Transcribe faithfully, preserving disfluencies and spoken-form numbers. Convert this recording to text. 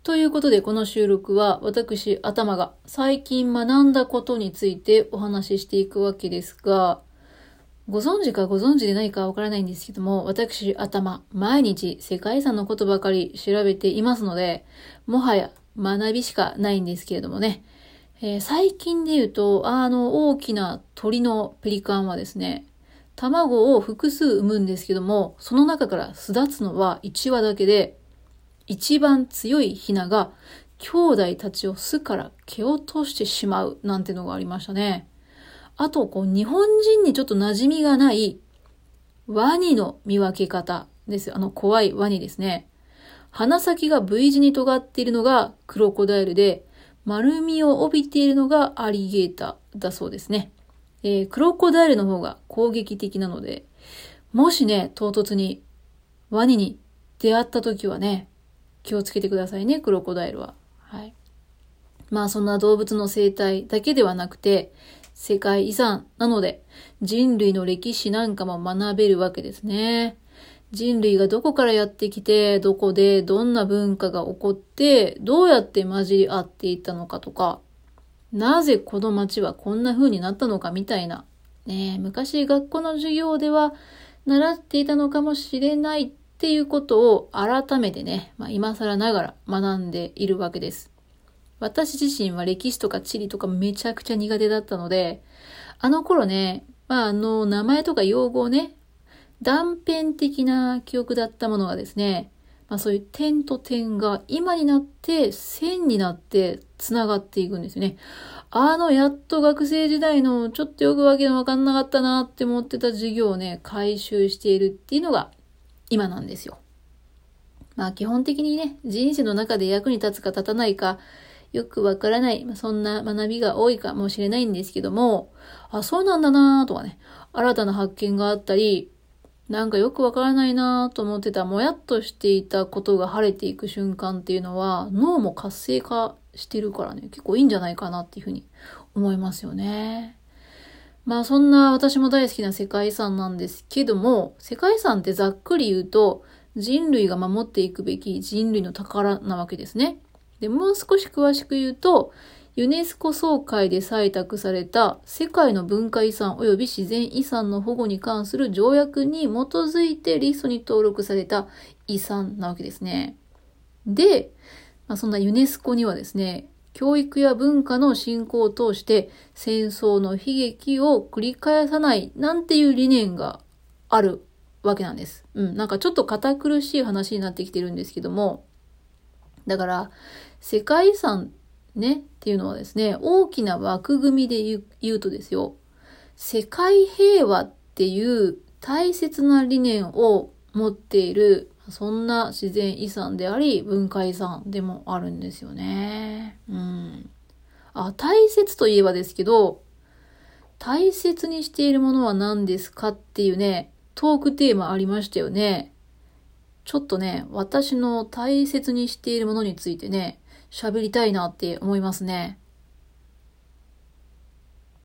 ということで、この収録は私、頭が最近学んだことについてお話ししていくわけですが、ご存知かご存知でないかわからないんですけども、私、頭、毎日世界遺産のことばかり調べていますので、もはや学びしかないんですけれどもね、えー、最近で言うと、あの大きな鳥のペリカンはですね、卵を複数産むんですけども、その中から巣立つのはいちわだけで、一番強いヒナが兄弟たちを巣から蹴落としてしまうなんてのがありましたね。あと、こう日本人にちょっと馴染みがないワニの見分け方ですよ。あの怖いワニですね。鼻先が V 字に尖っているのがクロコダイルで、丸みを帯びているのがアリゲーターだそうですね。えー、クロコダイルの方が攻撃的なので、もしね、唐突にワニに出会った時はね、気をつけてくださいね、クロコダイルは。はい。まあそんな動物の生態だけではなくて、世界遺産なので人類の歴史なんかも学べるわけですね。人類がどこからやってきて、どこでどんな文化が起こって、どうやって混じり合っていったのかとか、なぜこの町はこんな風になったのかみたいな。ねえ、昔学校の授業では習っていたのかもしれないっていうことを改めてね、まあ、今更ながら学んでいるわけです。私自身は歴史とか地理とかめちゃくちゃ苦手だったので、あの頃ね、まああの名前とか用語をね、断片的な記憶だったものがですね、まあそういう点と点が今になって線になって繋がっていくんですよね。あのやっと学生時代のちょっとよくわけのわかんなかったなって思ってた授業をね、回収しているっていうのが今なんですよ。まあ基本的にね、人生の中で役に立つか立たないか、よくわからない、まあ、そんな学びが多いかもしれないんですけども、あ、そうなんだなとかね、新たな発見があったり、なんかよくわからないなと思ってた、もやっとしていたことが晴れていく瞬間っていうのは、脳も活性化してるからね、結構いいんじゃないかなっていうふうに思いますよね。まあそんな私も大好きな世界遺産なんですけども、世界遺産ってざっくり言うと、人類が守っていくべき人類の宝なわけですね。で、もう少し詳しく言うと、ユネスコ総会で採択された世界の文化遺産及び自然遺産の保護に関する条約に基づいてリストに登録された遺産なわけですね。で、まあ、そんなユネスコにはですね、教育や文化の振興を通して戦争の悲劇を繰り返さないなんていう理念があるわけなんです。うん、なんかちょっと堅苦しい話になってきてるんですけども、だから世界遺産ねっていうのはですね、大きな枠組みで言う、言うとですよ、世界平和っていう大切な理念を持っている、そんな自然遺産であり文化遺産でもあるんですよね。うん。あ、大切といえばですけど、大切にしているものは何ですかっていうね、トークテーマありましたよね。ちょっとね、私の大切にしているものについてね、喋りたいなって思いますね。